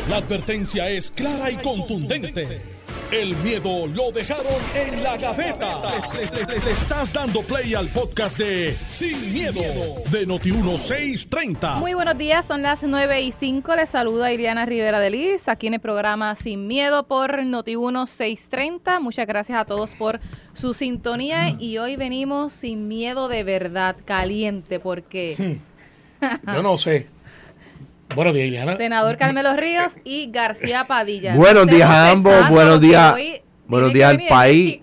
La advertencia es clara y contundente. El miedo lo dejaron en la gaveta. Le estás dando play al podcast de Sin Miedo de Noti1630. Muy buenos días, son las 9:05. Les saluda Iriana Rivera de Liz, aquí en el programa Sin Miedo por Noti1630. Muchas gracias a todos por su sintonía y hoy venimos sin miedo de verdad, caliente, porque... Yo no sé. Buenos días, Iliana. Senador Carmelo Ríos y García Padilla. Buenos días a ambos, buenos días al país.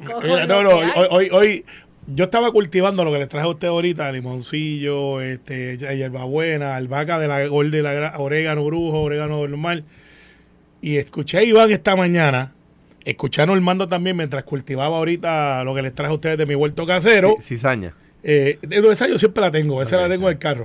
Hoy yo estaba cultivando lo que les traje a usted ahorita, limoncillo, hierbabuena, albahaca de la orégano brujo, orégano normal. Y escuché a Iván esta mañana, escuché a Normando también mientras cultivaba ahorita lo que les traje a ustedes de mi huerto casero. Cizaña. Esa yo siempre la tengo, esa la tengo en el carro.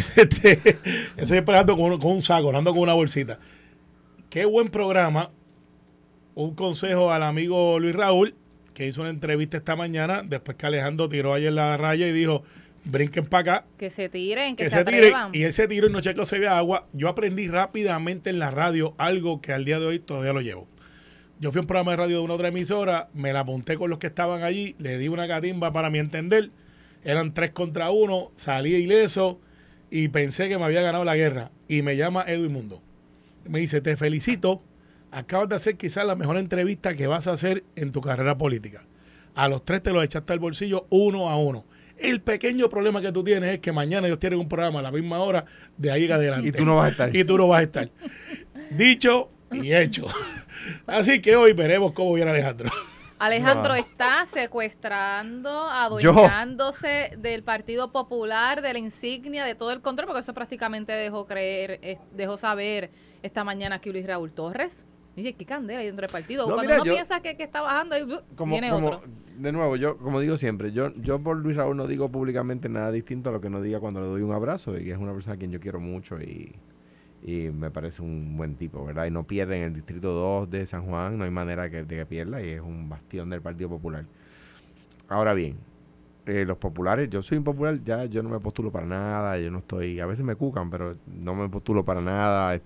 Esa siempre ando con un saco, ando con una bolsita. Qué buen programa. Un consejo al amigo Luis Raúl, que hizo una entrevista esta mañana, después que Alejandro tiró ayer la raya y dijo, brinquen para acá. Que se tiren, que se atrevan. Y él se tiró y no chequeó se ve agua. Yo aprendí rápidamente en la radio algo que al día de hoy todavía lo llevo. Yo fui a un programa de radio de una otra emisora, me la apunté con los que estaban allí, le di una catimba para mi entender. Eran 3 contra 1, salí ileso y pensé que me había ganado la guerra. Y me llama Edwin Mundo. Me dice, te felicito, acabas de hacer quizás la mejor entrevista que vas a hacer en tu carrera política. A los 3 te los echaste al bolsillo 1 a 1. El pequeño problema que tú tienes es que mañana ellos tienen un programa a la misma hora de ahí en adelante. Y tú no vas a estar. Dicho y hecho. Así que hoy veremos cómo viene Alejandro. Alejandro está secuestrando, adueñándose del Partido Popular, de la insignia, de todo el control, porque eso prácticamente dejó saber esta mañana aquí Luis Raúl Torres. Dice, qué candela hay dentro del partido. Cuando uno piensa que está bajando, viene otro. De nuevo, yo como digo siempre, yo por Luis Raúl no digo públicamente nada distinto a lo que no diga cuando le doy un abrazo, y que es una persona a quien yo quiero mucho y me parece un buen tipo, ¿verdad? Y no pierde en el Distrito 2 de San Juan, no hay manera de que pierda, y es un bastión del Partido Popular. Ahora bien, los populares, yo soy impopular, ya yo no me postulo para nada, yo no estoy, a veces me cucan, pero no me postulo para nada,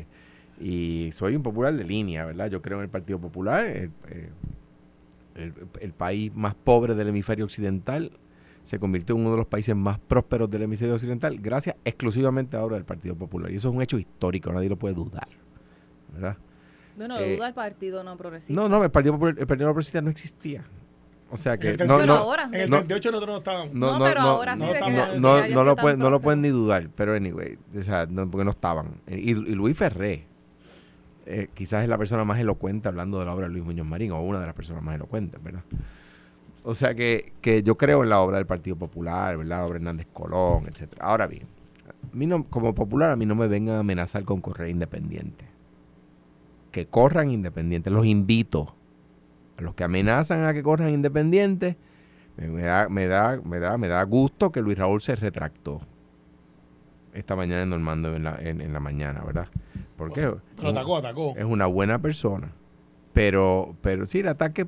y soy un popular de línea, ¿verdad? Yo creo en el Partido Popular, el país más pobre del hemisferio occidental, se convirtió en uno de los países más prósperos del hemisferio occidental gracias exclusivamente a la obra del Partido Popular. Y eso es un hecho histórico, nadie lo puede dudar, ¿verdad? Bueno, lo duda el Partido No Progresista. No, el Partido No Progresista no existía. O sea que... En el 38 nosotros no estábamos. Pero ahora sí. No lo pueden ni dudar, pero anyway, o sea, porque no estaban. Y Luis Ferré, quizás es la persona más elocuente hablando de la obra de Luis Muñoz Marín, o una de las personas más elocuentes, ¿verdad? O sea que yo creo en la obra del Partido Popular, ¿verdad? La obra de Hernández Colón, etcétera. Ahora bien, a mí no, como popular, a mí no me vengan a amenazar con correr independiente. Que corran independientes. Los invito. A los que amenazan a que corran independientes, me da gusto que Luis Raúl se retractó esta mañana en Normando en la mañana, ¿verdad? Porque pero atacó. Es una buena persona. Pero sí, el ataque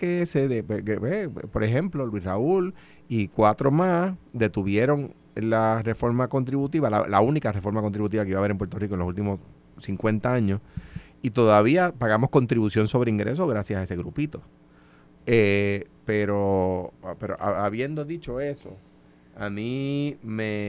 por ejemplo, Luis Raúl y 4 más detuvieron la reforma contributiva, la única reforma contributiva que iba a haber en Puerto Rico en los últimos 50 años, y todavía pagamos contribución sobre ingresos gracias a ese grupito. Pero habiendo dicho eso, a mí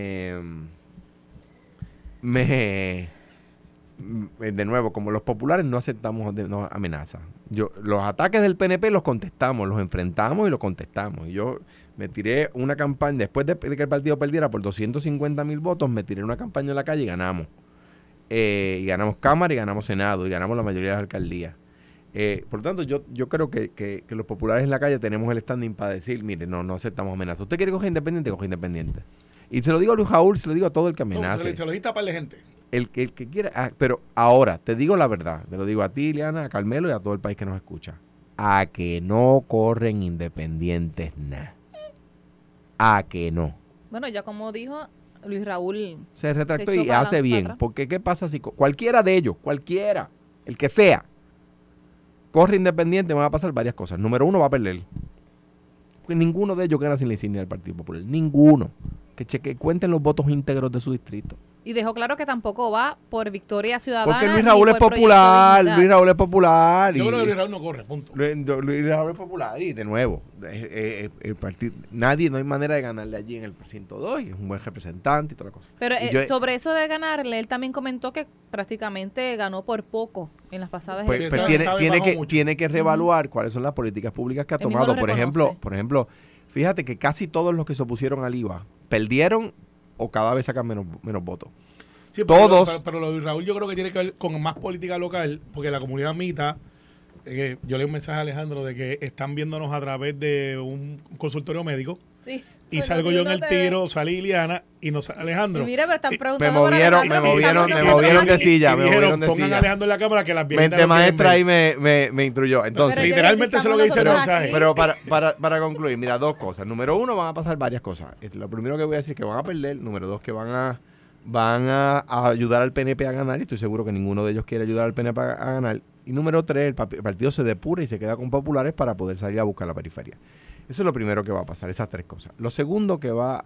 de nuevo, como los populares no aceptamos amenazas. Los ataques del PNP los contestamos, los enfrentamos y los contestamos. Y yo me tiré una campaña, después de que el partido perdiera por 250,000 votos, me tiré una campaña en la calle y ganamos. Y ganamos Cámara y ganamos Senado y ganamos la mayoría de las alcaldías. Por lo tanto, yo creo que los populares en la calle tenemos el standing para decir, mire, no aceptamos amenazas. ¿Usted quiere coger independiente? Coge independiente. Y se lo digo a Luis Raúl, se lo digo a todo el que amenace. Se lo dijiste a par de gente. El que quiera, pero ahora, te digo la verdad, te lo digo a ti, Ileana, a Carmelo y a todo el país que nos escucha, a que no corren independientes nada. A que no. Bueno, ya como dijo Luis Raúl, se retractó y hace bien, porque ¿qué pasa si cualquiera de ellos, el que sea, corre independiente? Van a pasar varias cosas. Número 1, va a perder. Porque ninguno de ellos gana sin la insignia del Partido Popular. Ninguno. Que cuenten los votos íntegros de su distrito. Y dejó claro que tampoco va por Victoria Ciudadana. Porque Luis Raúl es popular. Luis Raúl es popular. Yo creo que Luis Raúl no corre, punto. Luis Raúl es popular y de nuevo, el partido, no hay manera de ganarle allí en el 102 y es un buen representante y toda la cosa. Pero sobre eso de ganarle, él también comentó que prácticamente ganó por poco en las pasadas elecciones. Tiene que reevaluar cuáles son las políticas públicas que ha tomado. Por ejemplo, fíjate que casi todos los que se opusieron al IVA perdieron o cada vez sacan menos votos. Sí, pero lo de Raúl yo creo que tiene que ver con más política local, porque la comunidad mita, yo leí un mensaje a Alejandro de que están viéndonos a través de un consultorio médico. Sí. Y salgo yo en el tiro, sale Iliana y nos sale Alejandro. Y mira, pero están preguntando me movieron de silla, pongan a Alejandro en la cámara que las viejitas mente maestra ahí me instruyó. Entonces, literalmente eso es lo que dice el mensaje. Pero para concluir, mira, dos cosas. Número uno, van a pasar varias cosas. Lo primero que voy a decir es que van a perder. Número dos, que van a ayudar al PNP a ganar. Y estoy seguro que ninguno de ellos quiere ayudar al PNP a ganar. Y número tres, el partido se depura y se queda con populares para poder salir a buscar la periferia. Eso es lo primero que va a pasar, esas tres cosas. Lo segundo que va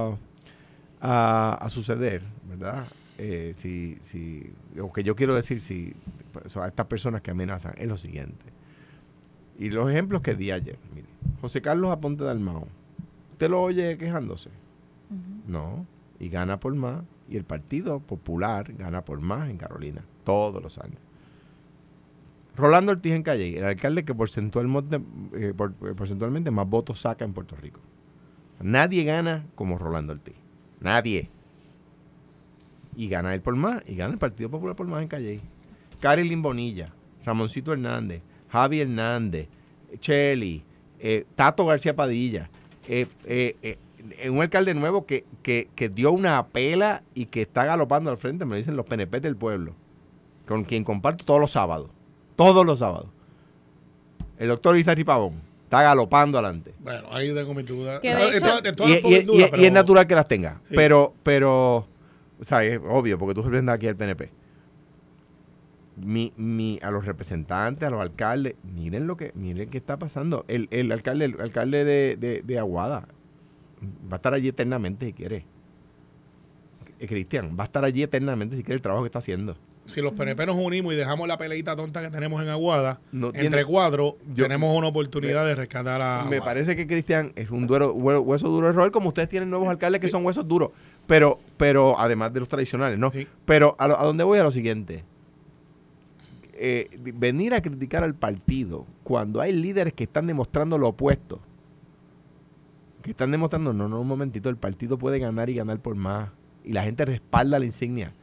a suceder, ¿verdad? O que yo quiero decir a estas personas que amenazan, es lo siguiente. Y los ejemplos que di ayer. Mire, José Carlos Aponte Dalmau, ¿usted lo oye quejándose? No, y gana por más. Y el Partido Popular gana por más en Carolina, todos los años. Rolando Ortiz en Calley, el alcalde que porcentualmente más votos saca en Puerto Rico. Nadie gana como Rolando Ortiz. Nadie. Y gana él por más, y gana el Partido Popular por más en Calley. Carilyn Bonilla, Ramoncito Hernández, Javi Hernández, Cheli, Tato García Padilla, un alcalde nuevo que dio una pela y que está galopando al frente, me dicen los PNP del pueblo, con quien comparto todos los sábados. Todos los sábados. El doctor Isari Pavón está galopando adelante. Bueno, ahí tengo mi duda. Y es natural que las tenga. Sí. Pero, o sea, es obvio, porque tú representas aquí al PNP. A los representantes, a los alcaldes, miren qué está pasando. El alcalde de Aguada va a estar allí eternamente si quiere. Cristian, va a estar allí eternamente si quiere el trabajo que está haciendo. Si los PNP nos unimos y dejamos la peleita tonta que tenemos en Aguada, entre cuatro, tenemos una oportunidad de rescatar a Aguada. Me parece que Cristian es un hueso duro de roer, como ustedes tienen nuevos alcaldes que son huesos duros, pero además de los tradicionales, ¿no? Sí. Pero a donde voy a lo siguiente. Venir a criticar al partido cuando hay líderes que están demostrando lo opuesto. Que están demostrando, no, un momentito, el partido puede ganar y ganar por más. Y la gente respalda la insignia.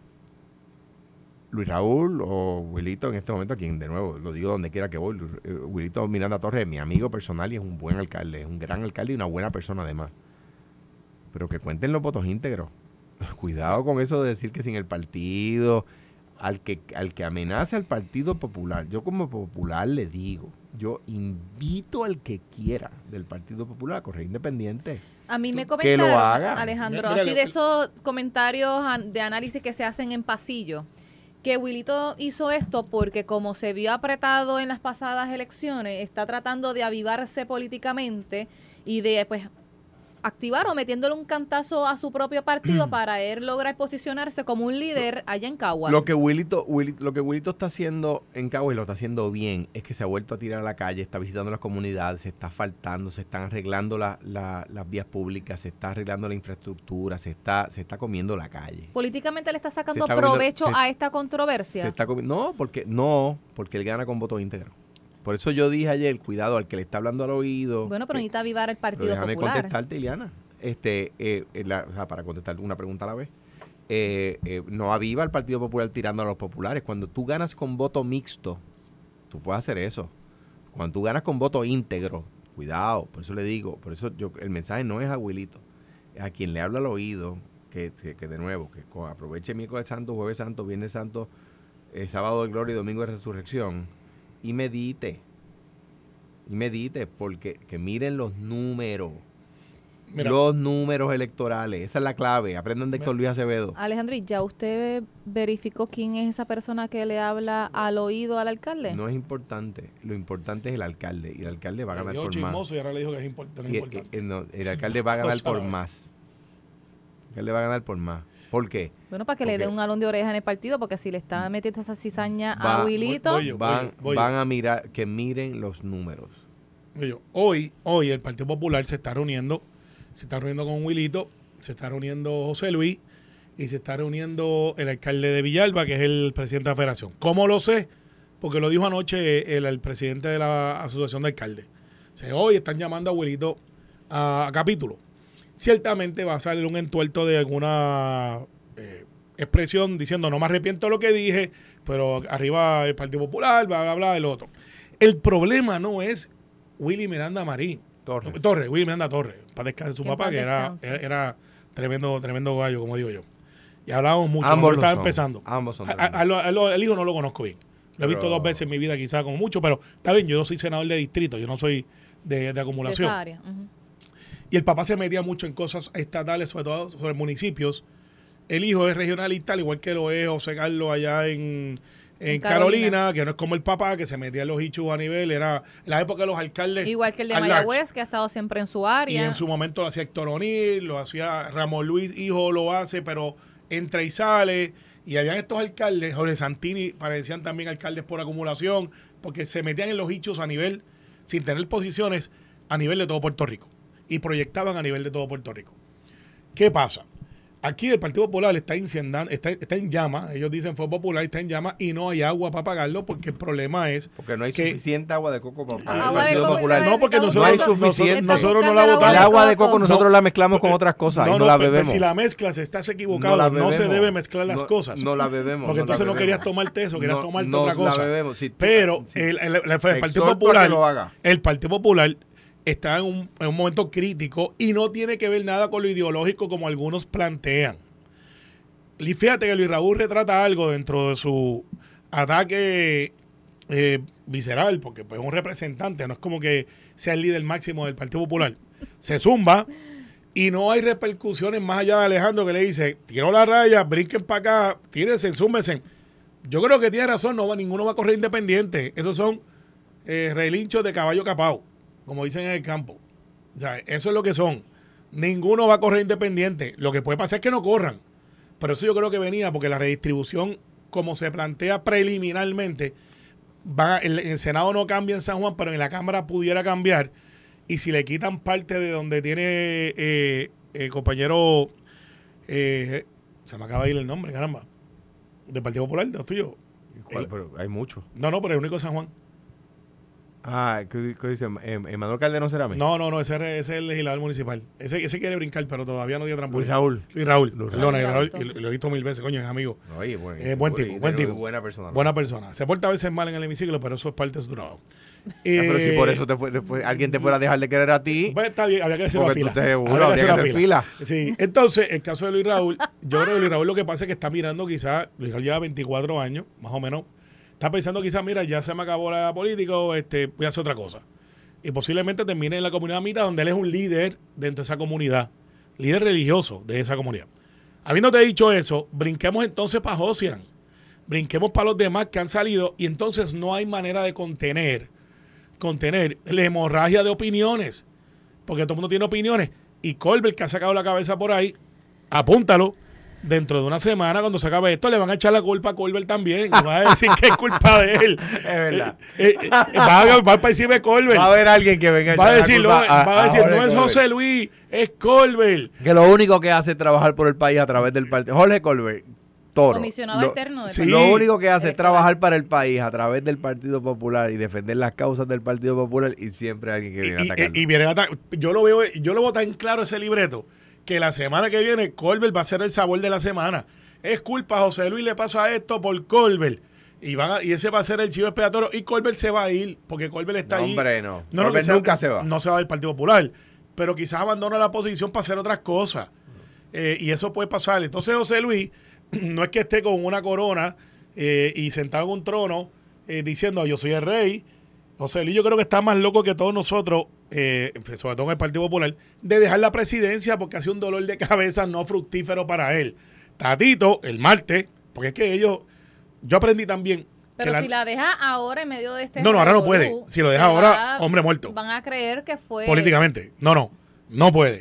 Luis Raúl o Wilito en este momento, quien de nuevo lo digo donde quiera que voy, Wilito Miranda Torres es mi amigo personal y es un buen alcalde, es un gran alcalde y una buena persona además. Pero que cuenten los votos íntegros. Cuidado con eso de decir que sin el partido, al que amenace al Partido Popular, yo como popular le digo, yo invito al que quiera del Partido Popular a correr independiente. A mí me comentaron, Alejandro, así de esos comentarios de análisis que se hacen en pasillo, que Wilito hizo esto porque como se vio apretado en las pasadas elecciones, está tratando de avivarse políticamente y de activar o metiéndole un cantazo a su propio partido para él lograr posicionarse como un líder allá en Caguas. Lo que Wilito está haciendo en Caguas y lo está haciendo bien es que se ha vuelto a tirar a la calle, está visitando las comunidades, se está asfaltando, se están arreglando las vías públicas, se está arreglando la infraestructura, se está comiendo la calle. ¿Políticamente le está sacando provecho a esta controversia? Porque él gana con voto íntegro. Por eso yo dije ayer, cuidado al que le está hablando al oído. Bueno, pero necesita avivar el Partido Popular. Déjame contestarte, Ileana. Para contestar una pregunta a la vez. No aviva el Partido Popular tirando a los populares. Cuando tú ganas con voto mixto, tú puedes hacer eso. Cuando tú ganas con voto íntegro, cuidado. Por eso le digo, el mensaje no es a Wilito. Es a quien le habla al oído, que de nuevo, que aproveche miércoles santo, jueves santo, viernes santo, sábado de gloria y domingo de resurrección. Y medite, porque que miren los números. Los números electorales, esa es la clave. Aprendan de Héctor Luis Acevedo. Alejandro, ¿ya usted verificó quién es esa persona que le habla al oído al alcalde? No es importante, lo importante es el alcalde, y el alcalde va a ganar por más. Y ahora le dijo que es importante. El alcalde va a ganar por más. El alcalde va a ganar por más. ¿Por qué? Bueno, para que le dé un alón de oreja en el partido, porque si le está metiendo esa cizaña a Wilito... Van a mirar, que miren los números. Hoy el Partido Popular se está reuniendo con Wilito, se está reuniendo José Luis y se está reuniendo el alcalde de Villalba, que es el presidente de la federación. ¿Cómo lo sé? Porque lo dijo anoche el presidente de la asociación de alcaldes. O sea, hoy están llamando a Wilito a capítulo. Ciertamente va a salir un entuerto de alguna expresión diciendo no me arrepiento de lo que dije, pero arriba el Partido Popular, bla, bla, bla, el otro. El problema no es Willy Miranda Marín. Willy Miranda Torres. Para descansar su papá, que era tremendo gallo, como digo yo. Y hablábamos mucho. Ambos estaba empezando. Ambos son. El hijo no lo conozco bien. Lo he visto 2 veces en mi vida, quizás como mucho, pero está bien, yo no soy senador de distrito, yo no soy de acumulación. De esa área. Y el papá se metía mucho en cosas estatales, sobre todo sobre municipios. El hijo es regionalista, al igual que lo es José Carlos allá en Carolina, que no es como el papá, que se metía en los hichos a nivel, era la época de los alcaldes. Igual que el de Mayagüez, que ha estado siempre en su área. Y en su momento lo hacía Héctor O'Neill, lo hacía Ramón Luis, hijo lo hace, pero entra y sale. Y habían estos alcaldes, Jorge Santini, parecían también alcaldes por acumulación, porque se metían en los hichos a nivel, sin tener posiciones, a nivel de todo Puerto Rico. Y proyectaban a nivel de todo Puerto Rico. ¿Qué pasa? Aquí el Partido Popular está en llamas. Ellos dicen fue popular, está en llamas y no hay agua para pagarlo porque el problema es... Porque no hay suficiente agua de coco para el Partido Popular. No, porque nosotros no la votamos. El agua de coco nosotros la mezclamos con otras cosas y no la bebemos. Si la mezclas estás equivocado. No se debe mezclar las cosas. No la bebemos. Porque entonces no querías tomarte eso, querías tomarte otra cosa. No la bebemos. Pero el Partido Popular está en un momento crítico y no tiene que ver nada con lo ideológico como algunos plantean. Y fíjate que Luis Raúl retrata algo dentro de su ataque visceral, porque pues es un representante, no es como que sea el líder máximo del Partido Popular. Se zumba y no hay repercusiones más allá de Alejandro, que le dice, tiró la raya, brinquen para acá, tírense, zúmbense. Yo creo que tiene razón, ninguno va a correr independiente. Esos son relinchos de caballo capao, como dicen en el campo. O sea, eso es lo que son. Ninguno va a correr independiente. Lo que puede pasar es que no corran. Pero eso yo creo que venía porque la redistribución, como se plantea preliminarmente, el Senado no cambia en San Juan, pero en la Cámara pudiera cambiar. Y si le quitan parte de donde tiene el compañero, se me acaba de ir el nombre, caramba, del Partido Popular, de los tuyos. Pero hay muchos. No, pero el único de San Juan. ¿Qué dice? ¿Emanuel Calderón Cerame? No, ese es el legislador municipal. Ese quiere brincar, pero todavía no dio trampolín. Luis Raúl. Y lo he visto 1000 veces, coño, es amigo. Oye, buen tipo. Buena persona. Buena persona. Se porta a veces mal en el hemiciclo, pero eso es parte de su trabajo. Pero si por eso alguien te fuera a dejar de querer a ti. Pues está bien, había que hacer una fila. Había que hacer fila. Sí, entonces, el caso de Luis Raúl, yo creo que Luis Raúl lo que pasa es que está mirando quizás, Luis Raúl lleva 24 años, más o menos. Está pensando quizás, mira, ya se me acabó la política, voy a hacer otra cosa. Y posiblemente termine en la comunidad mitad, donde él es un líder dentro de esa comunidad, líder religioso de esa comunidad. Habiéndote dicho eso, brinquemos entonces para Josian, brinquemos para los demás que han salido y entonces no hay manera de contener la hemorragia de opiniones, porque todo el mundo tiene opiniones. Y Colbert, que ha sacado la cabeza por ahí, apúntalo. Dentro de una semana, cuando se acabe esto, le van a echar la culpa a Colbert también. Y va a decir que es culpa de él. Es verdad. Va para encima de Colbert. Va a haber alguien que venga a echar la culpa. Va a decir, no es José Luis, es Colbert. Que lo único que hace es trabajar por el país a través del partido. Jorge Colbert, Toro. Comisionado alterno. Sí. Lo único que hace es trabajar para el país a través del Partido Popular y defender las causas del Partido Popular y siempre hay alguien que viene a atacarlo. Y viene a atacar. Yo lo veo tan claro ese libreto que la semana que viene Colbert va a ser el sabor de la semana. Es culpa a José Luis, le pasa esto por Colbert. Y ese va a ser el chivo expiatorio. Y Colbert se va a ir, porque Colbert está ahí. Hombre, no. Colbert nunca se va. No se va del Partido Popular. Pero quizás abandona la posición para hacer otras cosas. Y eso puede pasar. Entonces José Luis no es que esté con una corona y sentado en un trono diciendo yo soy el rey. José Luis yo creo que está más loco que todos nosotros, sobre todo en el Partido Popular, de dejar la presidencia porque hace un dolor de cabeza no fructífero para él. Tatito, el martes, porque es que yo aprendí también. Pero si la deja ahora en medio de este... No, ahora no puede. Si lo deja ahora, hombre muerto. Van a creer que fue... Políticamente. No puede.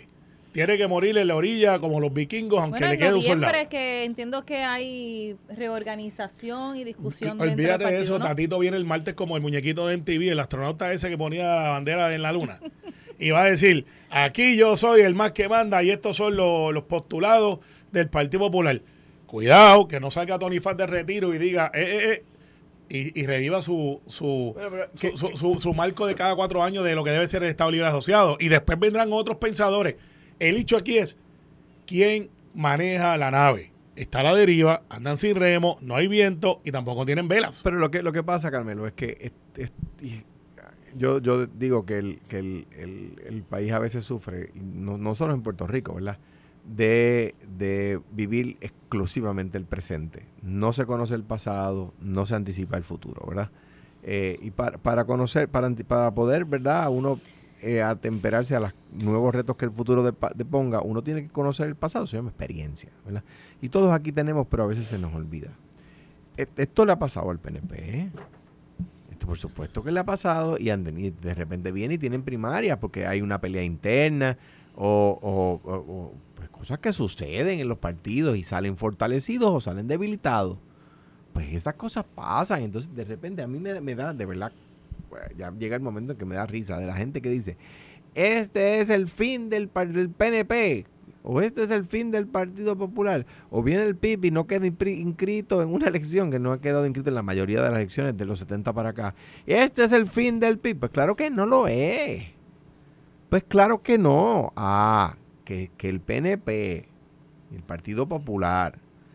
tiene que morir en la orilla como los vikingos, aunque le quede un soldado. Es que entiendo que hay reorganización y discusión. Olvídate de eso, ¿no? Tatito viene el martes como el muñequito de MTV, el astronauta ese que ponía la bandera en la luna. Y va a decir, aquí yo soy el más que manda y estos son los postulados del Partido Popular. Cuidado, que no salga Tony Faz de retiro y diga, y reviva su marco de cada 4 años de lo que debe ser el Estado Libre Asociado. Y después vendrán otros pensadores. El hecho aquí es, ¿quién maneja la nave? Está a la deriva, andan sin remo, no hay viento y tampoco tienen velas. Pero lo que pasa, Carmelo, es que yo digo que el país a veces sufre, no solo en Puerto Rico, ¿verdad?, de vivir exclusivamente el presente. No se conoce el pasado, no se anticipa el futuro, ¿verdad? Y para poder, ¿verdad?, uno atemperarse a los nuevos retos que el futuro deponga, uno tiene que conocer el pasado, se llama experiencia, ¿verdad? Y todos aquí tenemos, pero a veces se nos olvida. Esto le ha pasado al PNP, Esto por supuesto que le ha pasado, y de repente viene y tienen primarias porque hay una pelea interna o pues cosas que suceden en los partidos y salen fortalecidos o salen debilitados. Pues esas cosas pasan, entonces de repente a mí me da, de verdad, ya llega el momento en que me da risa de la gente que dice, este es el fin del PNP, o este es el fin del Partido Popular, o viene el PIB y no queda inscrito en una elección, que no ha quedado inscrito en la mayoría de las elecciones de los 70 para acá. Este es el fin del PIB. Pues claro que no lo es. Pues claro que no. Que el PNP, el Partido Popular,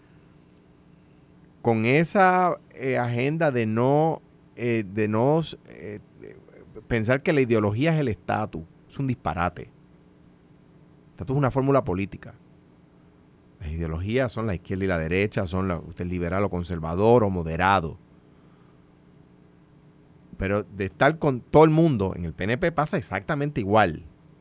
con esa agenda de no pensar que la ideología es el estatus, es un disparate. El estatus es una fórmula política. Las ideologías son la izquierda y la derecha, son usted liberal o conservador o moderado. Pero de estar con todo el mundo, en el PNP pasa exactamente igual.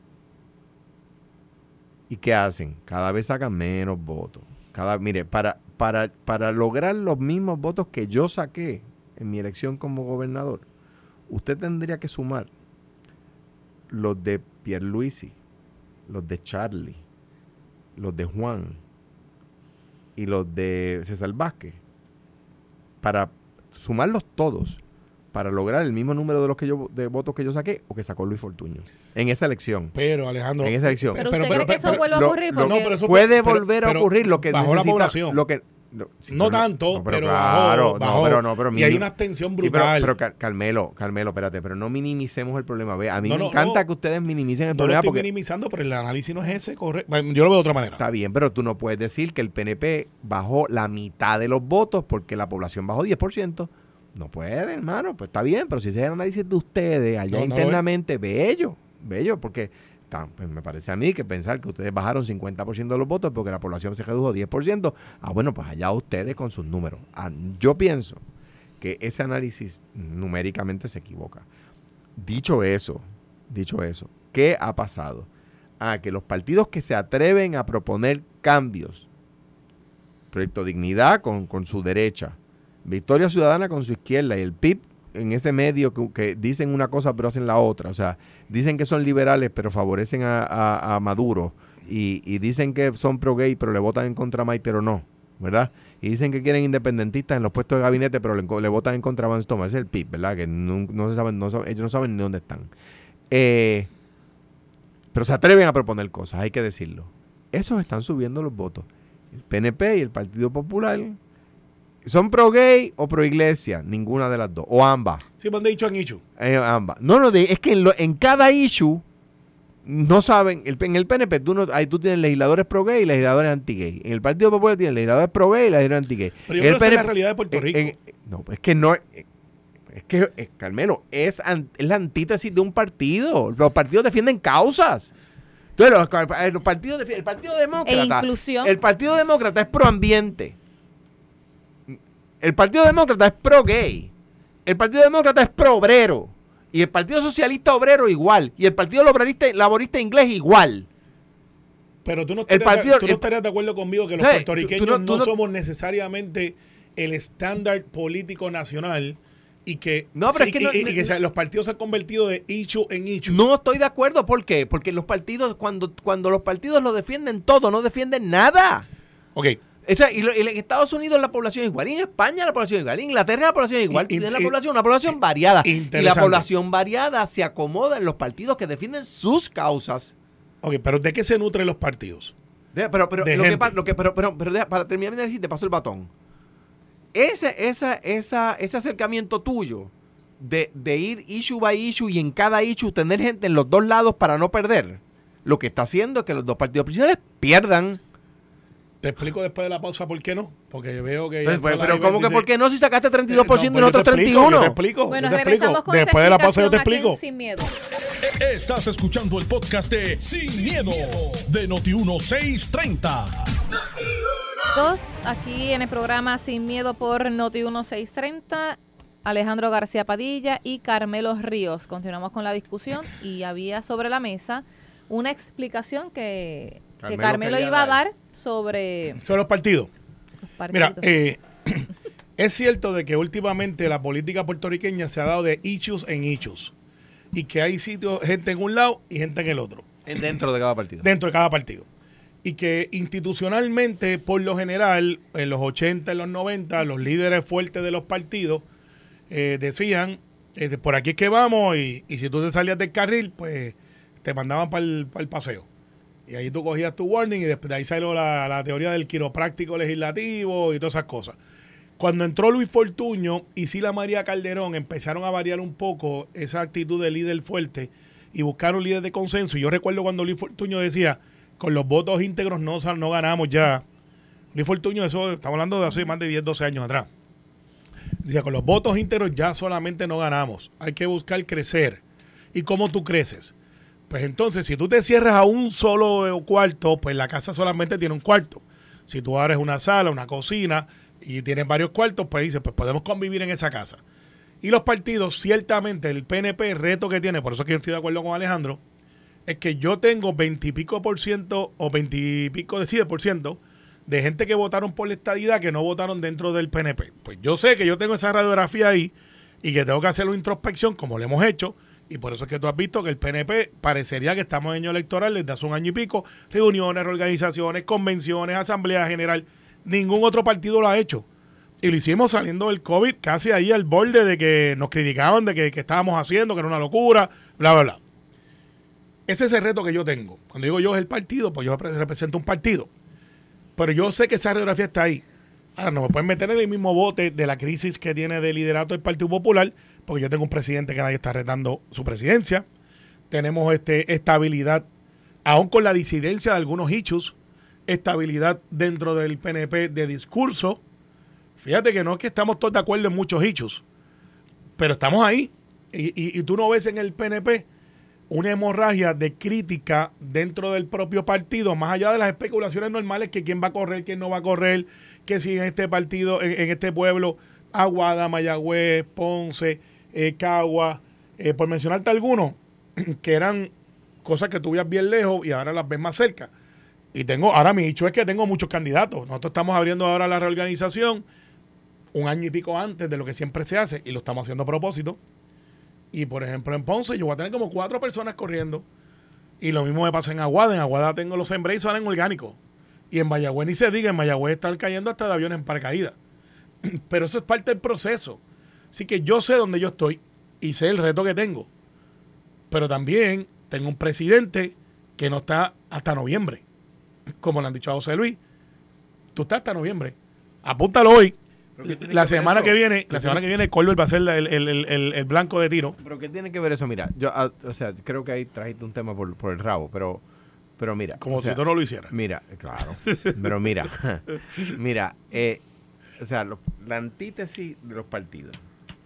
¿Y qué hacen? Cada vez sacan menos votos. Mire, para lograr los mismos votos que yo saqué en mi elección como gobernador, usted tendría que sumar los de Pierluisi, los de Charlie, los de Juan y los de César Vázquez, para sumarlos todos, para lograr el mismo número de votos que yo saqué o que sacó Luis Fortuño en esa elección. Pero, Alejandro, en esa elección. Pero usted cree que eso vuelva a ocurrir, puede volver a ocurrir. Lo que bajó necesita, la población. No tanto, pero claro, bajó. Pero y hay una abstención brutal. Pero Carmelo, espérate, pero no minimicemos el problema. A mí me encanta que ustedes minimicen el problema. No lo estoy minimizando, pero el análisis no es ese, correcto. Yo lo veo de otra manera. Está bien, pero tú no puedes decir que el PNP bajó la mitad de los votos porque la población bajó 10%. No puede, hermano. Pues está bien, pero si ese es el análisis de ustedes allá internamente, bello, porque pues me parece a mí que pensar que ustedes bajaron 50% de los votos porque la población se redujo 10%, bueno, pues allá ustedes con sus números. Yo pienso que ese análisis numéricamente se equivoca. Dicho eso, ¿qué ha pasado? Que los partidos que se atreven a proponer cambios, Proyecto Dignidad con su derecha, Victoria Ciudadana con su izquierda y el PIB en ese medio que dicen una cosa pero hacen la otra, o sea, dicen que son liberales pero favorecen a Maduro y dicen que son pro gay pero le votan en contra a Mike, pero no, ¿verdad? Y dicen que quieren independentistas en los puestos de gabinete pero le votan en contra a Vance Thomas. Ese es el PIB, ¿verdad? Que no se saben, ellos no saben ni dónde están. Pero se atreven a proponer cosas, hay que decirlo. Esos están subiendo los votos. El PNP y el Partido Popular ¿son pro gay o pro iglesia? Ninguna de las dos. O ambas. Sí, me han dicho en issue. Ambas. No, es que en cada issue no saben. En el PNP tú tienes legisladores pro gay y legisladores anti gay. En el Partido Popular tienes legisladores pro gay y legisladores anti gay. Pero yo creo que esa es la realidad de Puerto Rico. Es que no. Es que, Carmelo, es la antítesis de un partido. Los partidos defienden causas. Entonces, los partidos defienden. El Partido Demócrata. El Partido Demócrata es pro ambiente. El Partido Demócrata es pro gay. El Partido Demócrata es pro obrero. Y el Partido Socialista Obrero igual. Y el Partido Laborista Inglés igual. Pero tú no estarías de acuerdo conmigo que los puertorriqueños no somos necesariamente el estándar político nacional y que, no, pero es que, que los partidos se han convertido de issue en issue. No estoy de acuerdo. ¿Por qué? Porque los partidos, cuando los partidos lo defienden todo, no defienden nada. Ok. O sea, y en Estados Unidos la población es igual, y en España la población es igual, en Inglaterra la población es igual, y en una población variada. Y la población variada se acomoda en los partidos que defienden sus causas. Ok, pero ¿de qué se nutren los partidos? Pero para terminar de decir, te paso el batón. Ese acercamiento tuyo de ir issue by issue y en cada issue tener gente en los dos lados para no perder, lo que está haciendo es que los dos partidos principales pierdan. Te explico después de la pausa por qué no, porque veo que... Pero ¿cómo que por qué no si sacaste 32% y nosotros 31%? Yo te explico. Bueno, regresamos con después de la pausa yo te explico. Sin Miedo. Estás escuchando el podcast de Sin Miedo de Noti1630. Aquí en el programa Sin Miedo por Noti1630, Alejandro García Padilla y Carmelo Ríos. Continuamos con la discusión y había sobre la mesa una explicación que Carmelo iba a dar sobre los partidos. Mira, es cierto de que últimamente la política puertorriqueña se ha dado de issues en issues y que hay sitios, gente en un lado y gente en el otro. Dentro de cada partido. Dentro de cada partido. Y que institucionalmente, por lo general, en los 80, en los 90, los líderes fuertes de los partidos decían, por aquí es que vamos, y si tú te salías del carril, pues te mandaban para el paseo. Y ahí tú cogías tu warning y después de ahí salió la teoría del quiropráctico legislativo y todas esas cosas. Cuando entró Luis Fortuño y Sila María Calderón empezaron a variar un poco esa actitud de líder fuerte y buscaron líderes de consenso. Y yo recuerdo cuando Luis Fortuño decía, con los votos íntegros no ganamos ya. Luis Fortuño, eso estamos hablando de hace más de 10, 12 años atrás. Decía, con los votos íntegros ya solamente no ganamos. Hay que buscar crecer. ¿Y cómo tú creces? Pues entonces, si tú te cierras a un solo cuarto, pues la casa solamente tiene un cuarto. Si tú abres una sala, una cocina y tienes varios cuartos, pues dices, pues podemos convivir en esa casa. Y los partidos, ciertamente, el PNP, el reto que tiene, por eso que yo estoy de acuerdo con Alejandro, es que yo tengo 20 y pico por ciento o 20 y pico de 100% de gente que votaron por la estadidad que no votaron dentro del PNP. Pues yo sé que yo tengo esa radiografía ahí y que tengo que hacer una introspección como lo hemos hecho. Y por eso es que tú has visto que el PNP parecería que estamos en año electoral desde hace un año y pico. Reuniones, reorganizaciones, convenciones, asamblea general. Ningún otro partido lo ha hecho. Y lo hicimos saliendo del COVID casi ahí al borde de que nos criticaban de que estábamos haciendo, que era una locura, bla, bla, bla. Ese es el reto que yo tengo. Cuando digo yo es el partido, pues yo represento un partido. Pero yo sé que esa radiografía está ahí. Ahora, no me pueden meter en el mismo bote de la crisis que tiene de liderato el Partido Popular, porque yo tengo un presidente que nadie está retando su presidencia. Tenemos estabilidad, aún con la disidencia de algunos issues, estabilidad dentro del PNP de discurso. Fíjate que no es que estamos todos de acuerdo en muchos issues, pero estamos ahí. Y tú no ves en el PNP una hemorragia de crítica dentro del propio partido, más allá de las especulaciones normales que quién va a correr, quién no va a correr, que si en este partido, en este pueblo, Aguada, Mayagüez, Ponce, Cagua, por mencionarte algunos, que eran cosas que tú veías bien lejos y ahora las ves más cerca. Y ahora mi dicho es que tengo muchos candidatos. Nosotros estamos abriendo ahora la reorganización un año y pico antes de lo que siempre se hace y lo estamos haciendo a propósito. Y por ejemplo en Ponce yo voy a tener como 4 personas corriendo y lo mismo me pasa en Aguada. En Aguada tengo los sembré y salen orgánicos. Y en Mayagüez ni se diga, en Mayagüez están cayendo hasta de aviones en paracaídas. Pero eso es parte del proceso. Así que yo sé dónde yo estoy y sé el reto que tengo. Pero también tengo un presidente que no está hasta noviembre. Como le han dicho a José Luis, tú estás hasta noviembre. Apúntalo hoy. La semana que viene, Colbert va a ser el blanco de tiro. ¿Pero qué tiene que ver eso? Mira, yo creo que ahí trajiste un tema por el rabo, pero mira. Como si tú no lo hicieras. Mira, claro. Pero mira, la antítesis de los partidos.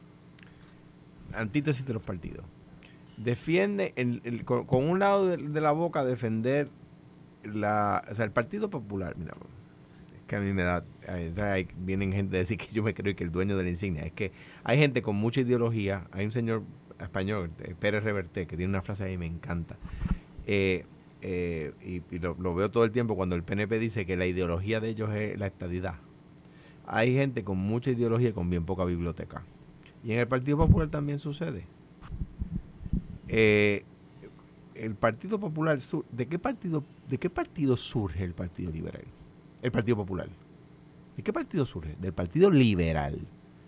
Defiende, con un lado de la boca, defender el Partido Popular. Mira, que a mí me da, vienen gente a decir que yo me creo que el dueño de la insignia. Es que hay gente con mucha ideología. Hay un señor español, Pérez Reverte, que tiene una frase ahí, me encanta. Y lo veo todo el tiempo cuando el PNP dice que la ideología de ellos es la estadidad. Hay gente con mucha ideología y con bien poca biblioteca. Y en el Partido Popular también sucede. El Partido Popular, ¿de qué partido surge el Partido Liberal? El Partido Popular. ¿De qué partido surge? Del Partido Liberal.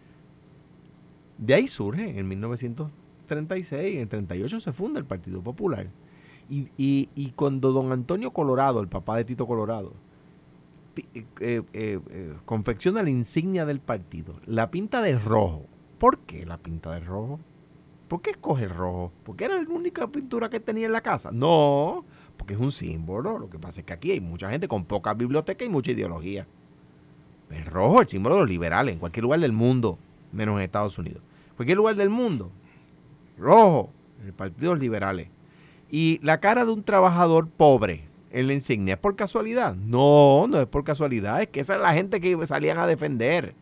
De ahí surge, en 1936, en el 38 se funda el Partido Popular. Y cuando don Antonio Colorado, el papá de Tito Colorado, confecciona la insignia del partido, la pinta de rojo. ¿Por qué la pinta de rojo? ¿Por qué escoge el rojo? ¿Porque era la única pintura que tenía en la casa? No, porque es un símbolo. Lo que pasa es que aquí hay mucha gente con poca biblioteca y mucha ideología. El rojo es el símbolo de los liberales en cualquier lugar del mundo, menos en Estados Unidos. Cualquier lugar del mundo, rojo, el partido de los liberales. Y la cara de un trabajador pobre en la insignia, ¿es por casualidad? No, no es por casualidad, es que esa es la gente que salían a defender.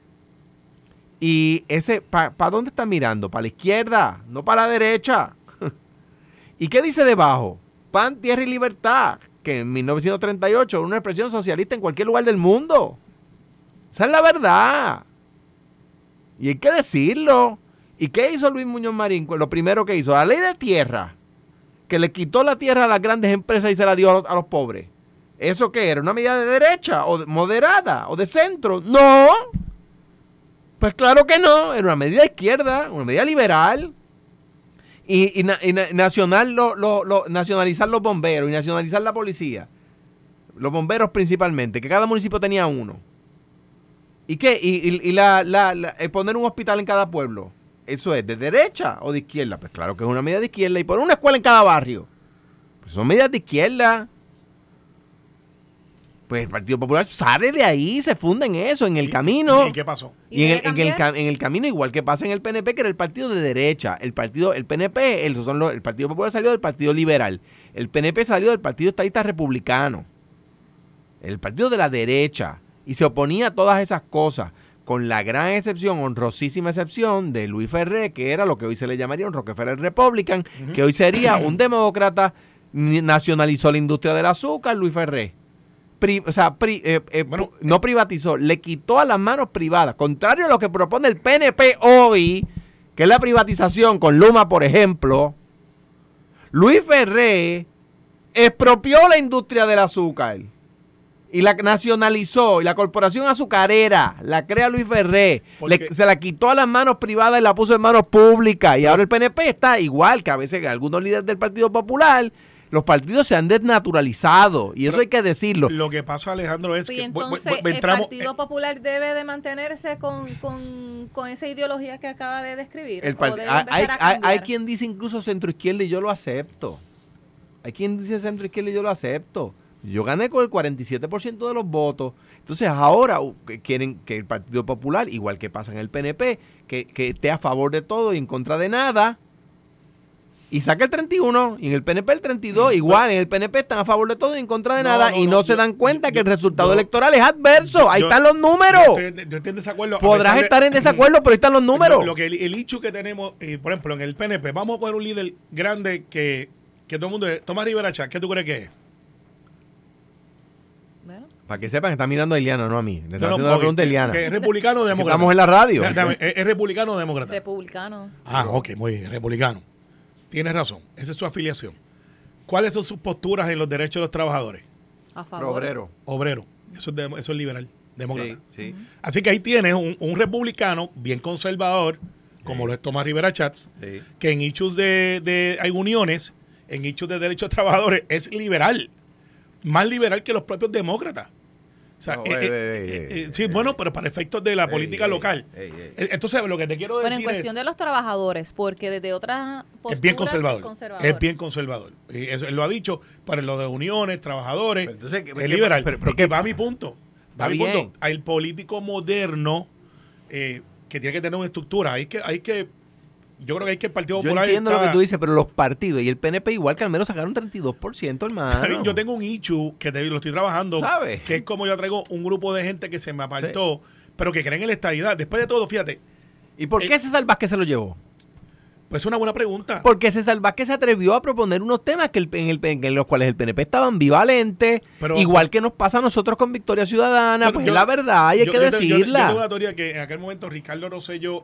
Y ese, ¿para dónde está mirando? Para la izquierda, no para la derecha. ¿Y qué dice debajo? Pan, tierra y libertad, que en 1938 era una expresión socialista en cualquier lugar del mundo. Esa es la verdad. Y hay que decirlo. ¿Y qué hizo Luis Muñoz Marín? Pues lo primero que hizo, la ley de tierra, que le quitó la tierra a las grandes empresas y se la dio a los pobres. ¿Eso qué era? ¿Una medida de derecha o moderada o de centro? No. Pues claro que no. Era una medida de izquierda, una medida liberal. Y nacionalizar los bomberos y nacionalizar la policía. Los bomberos principalmente, que cada municipio tenía uno. ¿Y qué? Y poner un hospital en cada pueblo. ¿Eso es de derecha o de izquierda? Pues claro que es una medida de izquierda. Y poner una escuela en cada barrio. Pues son medidas de izquierda. Pues el Partido Popular sale de ahí, se funda en eso, en el camino. ¿Y qué pasó? Y en el camino, igual que pasa en el PNP, que era el partido de derecha. El PNP, el Partido Popular salió del Partido Liberal. El PNP salió del Partido Estadista Republicano. El partido de la derecha. Y se oponía a todas esas cosas, con la gran excepción, honrosísima excepción, de Luis Ferré, que era lo que hoy se le llamaría un Rockefeller Republican, que hoy sería un demócrata. Nacionalizó la industria del azúcar, Luis Ferré. No privatizó, le quitó a las manos privadas, contrario a lo que propone el PNP hoy, que es la privatización con Luma, por ejemplo. Luis Ferré expropió la industria del azúcar y la nacionalizó, y la corporación azucarera la crea Luis Ferré, se la quitó a las manos privadas y la puso en manos públicas, y ahora el PNP está igual que a veces algunos líderes del Partido Popular. Los partidos se han desnaturalizado y eso hay que decirlo. Lo que pasa, Alejandro, es que entonces el Partido Popular debe de mantenerse con esa ideología que acaba de describir. Hay quien dice incluso centroizquierda y yo lo acepto. Hay quien dice centroizquierda y yo lo acepto. Yo gané con el 47% de los votos. Entonces ahora quieren que el Partido Popular, igual que pasa en el PNP, que esté a favor de todo y en contra de nada. Y saca el 31, y en el PNP el 32, igual, en el PNP están a favor de todo y en contra de nada, y no se dan cuenta que el resultado electoral es adverso. Ahí están los números. Yo estoy en desacuerdo. Podrás estar en desacuerdo, pero ahí están los números. El hecho que tenemos, por ejemplo, en el PNP, vamos a poner un líder grande que todo el mundo es, Tomás Rivera Chatz, ¿qué tú crees que es? Bueno. Para que sepan que está mirando a Eliana, no a mí. Le está haciendo la pregunta a Eliana. ¿Es republicano o demócrata? Estamos en la radio. ¿Es republicano o demócrata? Republicano. Ok, muy bien, republicano. Tienes razón, esa es su afiliación. ¿Cuáles son sus posturas en los derechos de los trabajadores? A favor. Obrero. Eso es liberal, demócrata. Sí. Así que ahí tienes un republicano bien conservador, como lo es Tomás Rivera Chatz, que en hechos hay uniones, en hechos de derechos de trabajadores es liberal. Más liberal que los propios demócratas. O sea, bueno, pero para efectos de la política local. Entonces, lo que te quiero decir en cuestión de los trabajadores, porque desde otras posturas es bien conservador. Es bien conservador. Y eso, él lo ha dicho, para lo de uniones, trabajadores, entonces, es liberal. Pero va a mi punto. El político moderno que tiene que tener una estructura. Yo creo que hay que el Partido Popular... Yo entiendo lo que tú dices, pero los partidos y el PNP igual que al menos sacaron 32%, hermano. Yo tengo un issue que lo estoy trabajando, ¿sabes? Que es como yo traigo un grupo de gente que se me apartó, pero que creen en la estadidad. Después de todo, fíjate. ¿Y por qué César Vázquez se lo llevó? Pues es una buena pregunta. Porque César Vázquez se atrevió a proponer unos temas en los cuales el PNP estaba ambivalente, igual que nos pasa a nosotros con Victoria Ciudadana, pues es la verdad y hay que decirla. Yo tengo una teoría que en aquel momento Ricardo Rosselló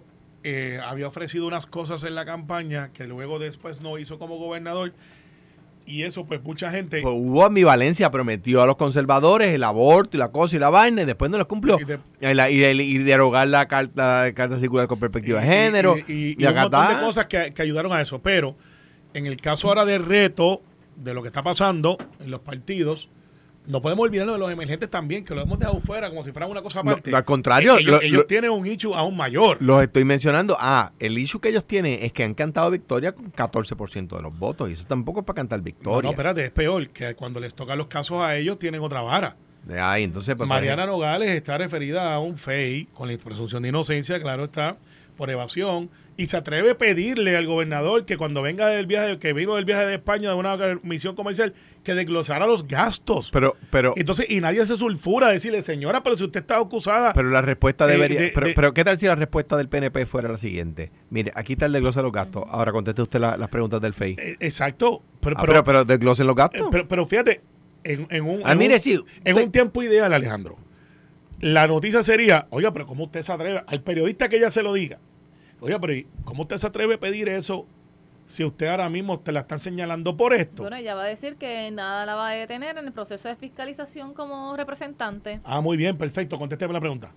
había ofrecido unas cosas en la campaña que luego después no hizo como gobernador. Y eso, pues, mucha gente... Pues hubo ambivalencia, prometió a los conservadores el aborto y la cosa y la vaina, y después no los cumplió. Y derogar la carta circular con perspectiva de género. Y un montón de cosas que ayudaron a eso. Pero, en el caso ahora del reto, de lo que está pasando en los partidos, no podemos olvidarnos de los emergentes también, que lo hemos dejado fuera como si fuera una cosa aparte. No, al contrario. Ellos tienen un issue aún mayor. Los estoy mencionando. El issue que ellos tienen es que han cantado victoria con 14% de los votos. Y eso tampoco es para cantar victoria. No, espérate, es peor, que cuando les tocan los casos a ellos tienen otra vara. Entonces, pues, Mariana Nogales está referida a un FEI con la presunción de inocencia, claro está, por evasión, y se atreve a pedirle al gobernador que cuando venga del viaje, que vino del viaje de España de una misión comercial, que desglosara los gastos. Pero entonces, y nadie se sulfura a decirle, señora, pero si usted está acusada. Pero la respuesta debería. Pero ¿qué tal si la respuesta del PNP fuera la siguiente? Mire, aquí está el desglose de los gastos. Ahora conteste usted las preguntas del FEI. Exacto. Pero desglosen los gastos. Pero fíjate, en un tiempo ideal, Alejandro, la noticia sería, oiga, pero ¿cómo usted se atreve? Al periodista que ella se lo diga. Oiga, pero ¿cómo usted se atreve a pedir eso si usted ahora mismo te la están señalando por esto? Bueno, ella va a decir que nada la va a detener en el proceso de fiscalización como representante. Muy bien, perfecto. Contésteme la pregunta.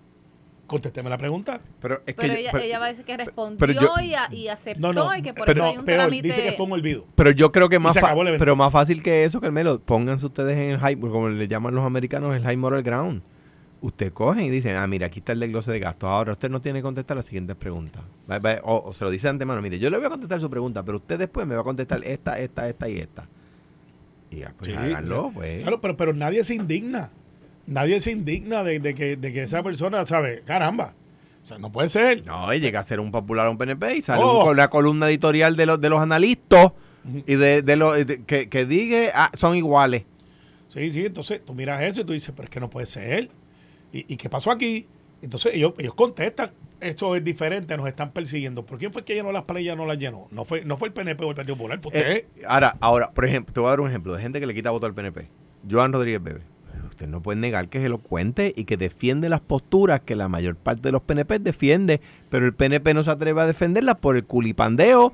Pero ella va a decir que respondió y aceptó y que por eso hay un trámite. Dice que fue un olvido. Pero yo creo que más fácil que eso, Carmelo, pónganse ustedes en el high, como le llaman los americanos, el high moral ground. Usted cogen y dicen, mira, aquí está el desglose de gastos. Ahora usted no tiene que contestar las siguientes preguntas. O se lo dice de antemano, mire, yo le voy a contestar su pregunta, pero usted después me va a contestar esta y esta. Y ya, pues háganlo, pues. Claro, pero nadie se indigna. Nadie se indigna de que esa persona, ¿sabe? Caramba. O sea, no puede ser. No, y llega a ser un popular a un PNP y sale con la columna editorial de los analistas y que diga, son iguales. Sí, entonces tú miras eso y tú dices, pero es que no puede ser. ¿Y qué pasó aquí? Entonces ellos contestan, esto es diferente, nos están persiguiendo. ¿Por quién fue que llenó las playas no las llenó? No fue el PNP o el Partido Popular, fue usted. Ahora, por ejemplo, te voy a dar un ejemplo de gente que le quita voto al PNP. Joan Rodríguez Bebe. Usted no puede negar que es elocuente y que defiende las posturas que la mayor parte de los PNP defiende, pero el PNP no se atreve a defenderlas por el culipandeo.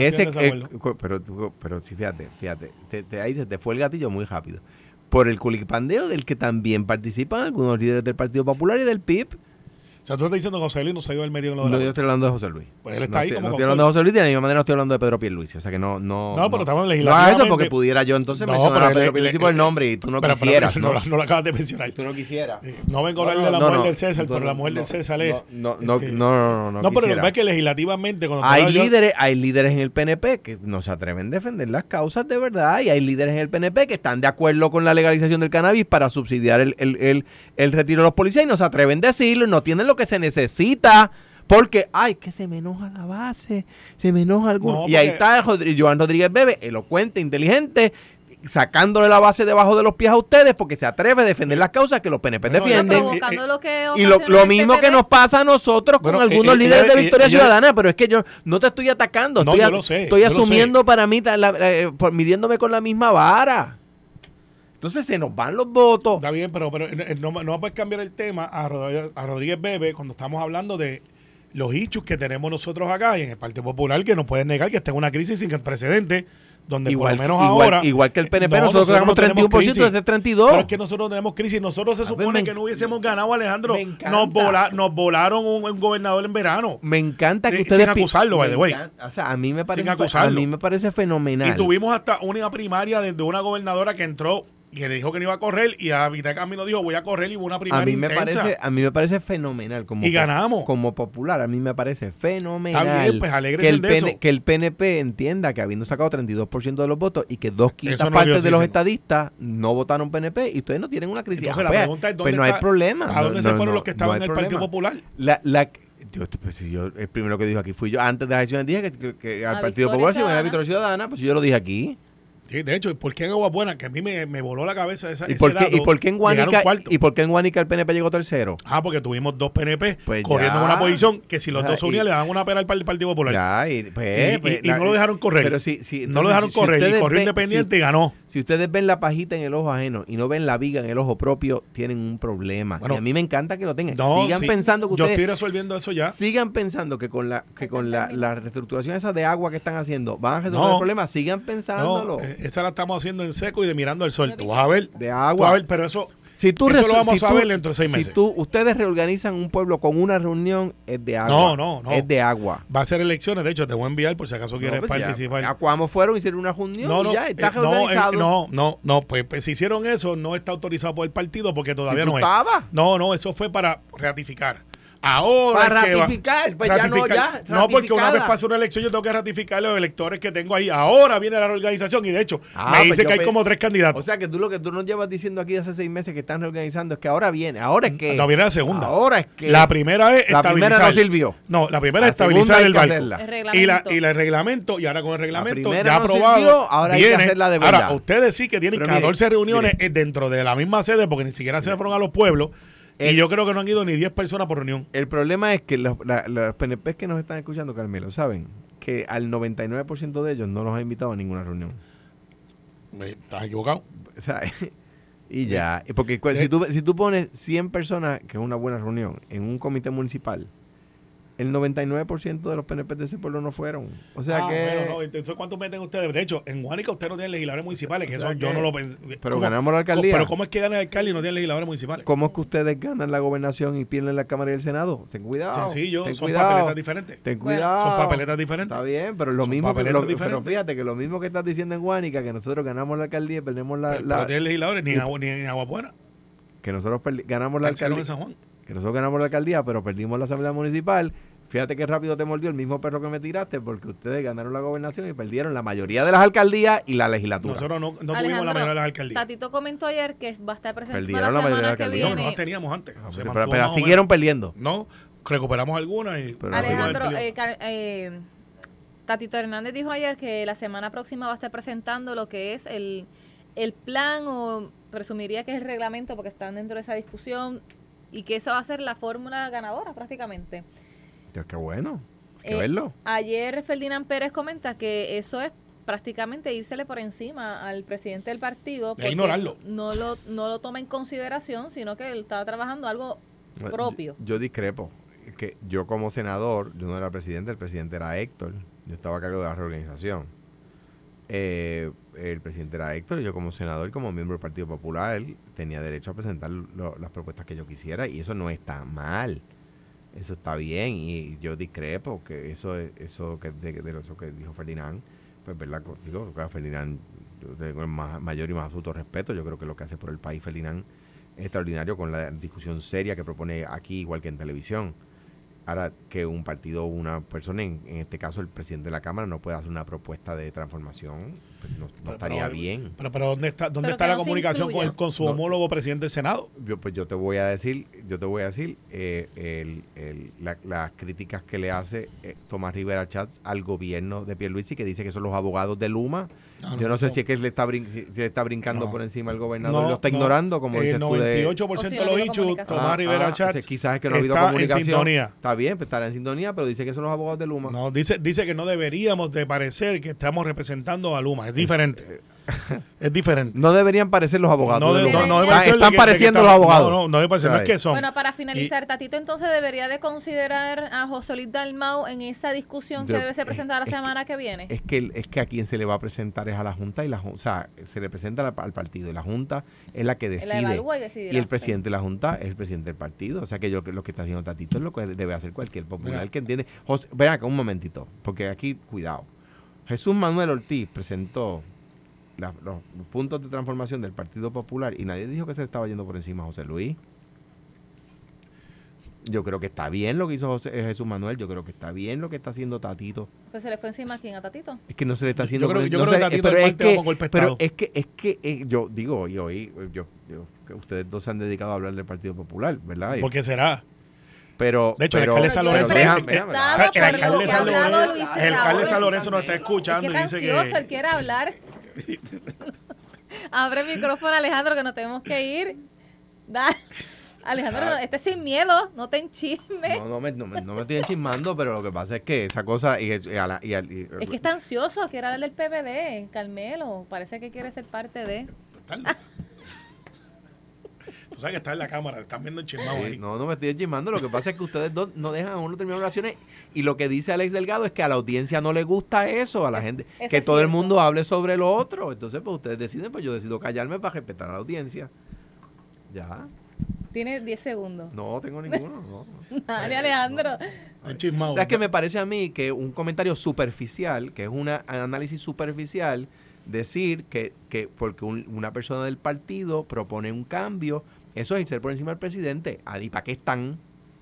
Pero sí, fíjate, ahí se te fue el gatillo muy rápido. Por el culipandeo del que también participan algunos líderes del Partido Popular y del PIB. O sea, tú estás diciendo que José Luis no salió del medio en lo de No, yo estoy hablando de José Luis. Pues él está ahí como no estoy hablando de José Luis, de la misma manera no estoy hablando de Pedro Pierluisi. O sea que no, pero estamos legislativamente. No hagas eso porque pudiera yo entonces mencionar a Pedro Pierluisi por el nombre y tú no quisieras. No lo acabas de mencionar. Tú no quisieras. No vengo a hablar de la mujer del César, pero la mujer del César es... No, pero lo que es que legislativamente... Hay líderes en el PNP que no se atreven a defender las causas de verdad y hay líderes en el PNP que están de acuerdo con la legalización del cannabis para subsidiar el retiro de los policías y no se atreven a decirlo y no tienen lo que se necesita. Porque, que se me enoja la base, se me enoja algo. Y ahí está Joan Rodríguez Bebe, elocuente, inteligente, sacándole la base debajo de los pies a ustedes porque se atreve a defender las causas que los PNP defienden. Y lo mismo que nos pasa a nosotros con algunos líderes de Victoria Ciudadana, pero es que yo no te estoy atacando, estoy asumiendo para mí, midiéndome con la misma vara. Entonces se nos van los votos. Está bien, pero no puedes cambiar el tema a Rodríguez Bebe cuando estamos hablando de los issues que tenemos nosotros acá y en el Partido Popular, que no pueden negar que está en una crisis sin precedente, donde igual, por lo menos ahora... Igual que el PNP, nosotros sacamos 31% desde 32%. Pero es que nosotros tenemos crisis. Nosotros se supone que no hubiésemos ganado, Alejandro. Nos volaron un gobernador en verano. Me encanta que ustedes... Sin acusarlo, by the way. O sea, a mí me parece fenomenal. Y tuvimos hasta una primaria de una gobernadora que entró, que le dijo que no iba a correr y a mitad de camino dijo voy a correr y hubo una primaria intensa. A mí me parece fenomenal y ganamos como popular. A mí me parece fenomenal. Está bien, pues alégrese de eso. Que el PNP entienda que habiendo sacado 32% de los votos y que 2/5 partes de los estadistas no votaron PNP y ustedes no tienen una crisis. Entonces la pregunta es ¿dónde no hay problema. ¿A dónde se fueron los que estaban en el Partido Popular? Yo el primero que dijo aquí fui yo. Antes de las elecciones dije que al Partido Popular se iba a Victoria Ciudadana, pues yo lo dije aquí. Sí, de hecho, ¿por qué en Agua Buena? Que a mí me voló la cabeza ese ¿Y por qué, dato. ¿Y por qué en Guánica el PNP llegó tercero? Porque tuvimos 2 PNP pues corriendo en una posición que si los dos se unían le daban una pera al Partido Popular. Ya, y no lo dejaron correr. Pero no lo dejaron correr y corrió independiente y ganó. Si ustedes ven la pajita en el ojo ajeno y no ven la viga en el ojo propio, tienen un problema. Bueno, y a mí me encanta que lo tengan. Sigan pensando que ustedes... Yo estoy resolviendo eso ya. Sigan pensando que con la reestructuración esa de agua que están haciendo van a resolver el problema. Sigan pensándolo. Esa la estamos haciendo en seco y de mirando al sol. Tú vas a ver. De agua. Tú vas a ver, pero eso lo vamos a ver dentro de 6 meses. Si ustedes reorganizan un pueblo con una reunión, es de agua. No. Es de agua. Va a ser elecciones. De hecho, te voy a enviar por si acaso quieres participar. Ya cuando fueron, hicieron una reunión y ya está reorganizado. Pues si hicieron eso, no está autorizado por el partido porque todavía no estaba. No, eso fue para ratificar. Ahora para ratificar, pues ratificar. No, porque una vez pasa una elección yo tengo que ratificar los electores que tengo ahí. Ahora viene la reorganización y de hecho me dice que hay como 3 candidatos. O sea que lo que tú nos llevas diciendo aquí hace 6 meses que están reorganizando es que ahora viene, ahora es que... No, viene la segunda. Ahora es que... La primera es la primera no sirvió. No, la primera es estabilizar el barco. Y el reglamento, y ahora con el reglamento ya aprobado, sirvió, ahora viene. Hay que hacerla de verdad. Ahora, ustedes sí que tienen 14 reuniones dentro de la misma sede porque ni siquiera se fueron a los pueblos. Y yo creo que no han ido ni 10 personas por reunión. El problema es que los PNP que nos están escuchando, Carmelo, saben que al 99% de ellos no los ha invitado a ninguna reunión. ¿Estás equivocado? O sea, y ya. Porque si tú pones 100 personas, que es una buena reunión, en un comité municipal, el 99% de los PNP de ese pueblo no fueron. O sea que... Bueno, no. Entonces, ¿cuántos meten ustedes? De hecho, en Guánica ustedes no tienen legisladores municipales, que eso yo no lo pensé. Pero ganamos la alcaldía. Pero ¿cómo es que gana el alcalde y no tienen legisladores municipales? ¿Cómo es que ustedes ganan la gobernación y pierden la Cámara y el Senado? Ten cuidado. Sencillo, son papeletas diferentes. Ten cuidado. Son papeletas diferentes. Está bien, pero lo mismo pero fíjate que lo mismo que estás diciendo en Guánica, que nosotros ganamos la alcaldía y perdemos la... Pero no tienen legisladores ni en Agua Buena. Que nosotros ganamos la alcaldía. En San Juan. Que nosotros ganamos la alcaldía, pero perdimos la asamblea municipal. Fíjate que rápido te mordió el mismo perro que me tiraste porque ustedes ganaron la gobernación y perdieron la mayoría de las alcaldías y la legislatura. Nosotros no tuvimos la mayoría de las alcaldías. Tatito comentó ayer que va a estar presente la semana que viene. No las teníamos antes. Pero siguieron perdiendo. No, recuperamos algunas. Alejandro, Tatito Hernández dijo ayer que la semana próxima va a estar presentando lo que es el plan, o presumiría que es el reglamento porque están dentro de esa discusión, y que eso va a ser la fórmula ganadora prácticamente. Qué bueno, hay que verlo. Ayer Ferdinand Pérez comenta que eso es prácticamente írsele por encima al presidente del partido, porque ignorarlo. No lo toma en consideración, sino que él estaba trabajando algo propio. Yo discrepo. Es que yo como senador, yo no era presidente, el presidente era Héctor, yo estaba a cargo de la reorganización. El presidente era Héctor, y yo como senador, como miembro del Partido Popular, él tenía derecho a presentar las propuestas que yo quisiera, y eso no está mal. Eso está bien, y yo discrepo que eso que dijo Ferdinand, pues verdad, digo que a Ferdinand yo tengo el mayor y más absoluto respeto. Yo creo que lo que hace por el país Ferdinand es extraordinario, con la discusión seria que propone aquí, igual que en televisión. Ahora, que un partido o una persona, en este caso el presidente de la Cámara, no puede hacer una propuesta de transformación, pues no estaría bien. Pero ¿dónde está la comunicación con su homólogo presidente del Senado? Yo te voy a decir las críticas que le hace Tomás Rivera Chats al gobierno de Pierluisi, que dice que son los abogados de Luma. Yo no sé si es que le está brincando por encima al gobernador y lo está ignorando, como dices tú. El 98% de los dichos, Tomás Rivera Chats, quizás es que no ha habido comunicación. En sintonía. Está bien, pues estará en sintonía, pero dice que son los abogados de Luma. No, dice que no deberíamos de parecer que estamos representando a Luma. Es diferente. Es diferente. No deberían parecer los abogados. Están pareciendo los abogados. No debe parecer, no es que son. Bueno, para finalizar, Tatito entonces debería de considerar a José Luis Dalmau en esa discusión que debe ser presentada la semana que viene. Es que a quien se le va a presentar es a la Junta, y o sea, se le presenta al partido, y la Junta es la que decide. La evalúa y decidirá. Y el presidente de la Junta es el presidente del partido. O sea, que lo que está haciendo Tatito es lo que debe hacer cualquier popular que entiende. Ven acá un momentito, porque aquí, cuidado. Jesús Manuel Ortiz presentó los puntos de transformación del Partido Popular y nadie dijo que se le estaba yendo por encima a José Luis. Yo creo que está bien lo que hizo Jesús Manuel, yo creo que está bien lo que está haciendo Tatito. Pues se le fue encima a quién, a Tatito. Es que no se le está haciendo. Yo creo que Tatito pero es que yo digo, que ustedes dos se han dedicado a hablar del Partido Popular, ¿verdad? ¿Por qué será? Pero, de hecho, el alcalde San Lorenzo el alcalde San Lorenzo nos está escuchando y dice que él quiere hablar. Abre el micrófono, Alejandro, que nos tenemos que ir. Alejandro, este es sin miedo, no te enchismes. No me estoy enchismando, pero lo que pasa es que esa cosa... es que está ansioso, quiere hablar del PPD, Carmelo. Parece que quiere ser parte de... Tú sabes que está en la cámara, están viendo el chismado ahí. No me estoy enchismando. Lo que pasa es que ustedes dos no dejan a uno terminar oraciones. Y lo que dice Alex Delgado es que a la audiencia no le gusta eso, a la gente. Que todo el mundo hable sobre lo otro. Entonces, pues ustedes deciden, pues yo decido callarme para respetar a la audiencia. Ya. Tienes 10 segundos. No tengo ninguno. No. Dale, Alejandro. Chismado. O sea, es que me parece a mí que un comentario superficial, que es un análisis superficial, decir que porque una persona del partido propone un cambio, eso es irse por encima del presidente. ¿Y para qué están?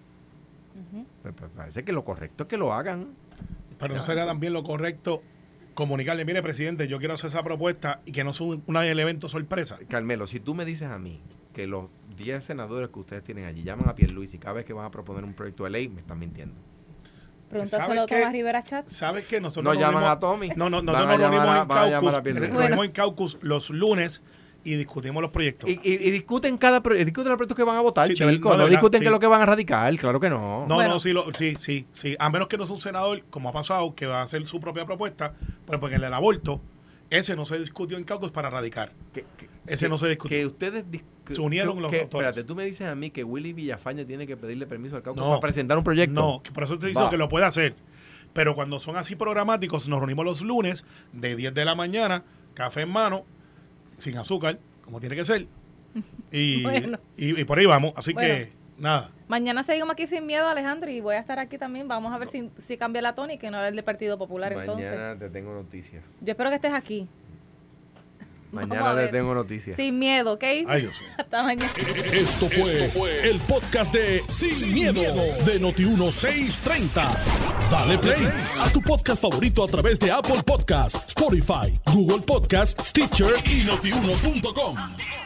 Pues parece que lo correcto es que lo hagan. Pero no sería también lo correcto comunicarle, mire, presidente, yo quiero hacer esa propuesta y que no sea un evento sorpresa. Carmelo, si tú me dices a mí que los 10 senadores que ustedes tienen allí llaman a Pierluisi cada vez que van a proponer un proyecto de ley, me están mintiendo. Pregúntaselo a Tomás Rivera Chat. ¿Sabes qué? Nosotros no llaman a Tommy. Nosotros nos reunimos en caucus los lunes y discutimos los proyectos. Y discuten los proyectos que van a votar, sí, chicos. No discuten qué es lo que van a radicar, claro que no. Sí. A menos que no sea un senador, como ha pasado, que va a hacer su propia propuesta, porque el del aborto, ese no se discutió en caucus para radicar. Ese no se discutió. Que ustedes se unieron los autores. Espérate, tú me dices a mí que Willy Villafañe tiene que pedirle permiso al caucus para presentar un proyecto. No, que por eso te digo que lo puede hacer. Pero cuando son así programáticos, nos reunimos los lunes de 10 de la mañana, café en mano, sin azúcar, como tiene que ser. Y, bueno. y por ahí vamos. Así que, nada. Mañana seguimos aquí sin miedo, Alejandro, y voy a estar aquí también. Vamos a ver si cambia la tónica y no hablar del Partido Popular. Mañana te tengo noticias. Yo espero que estés aquí. Mañana te tengo noticias. Sin miedo, ¿ok? Ay, Dios mío. Hasta mañana. Esto fue el podcast de Sin miedo de Noti1630. Dale play a tu podcast favorito a través de Apple Podcasts, Spotify, Google Podcasts, Stitcher y Notiuno.com.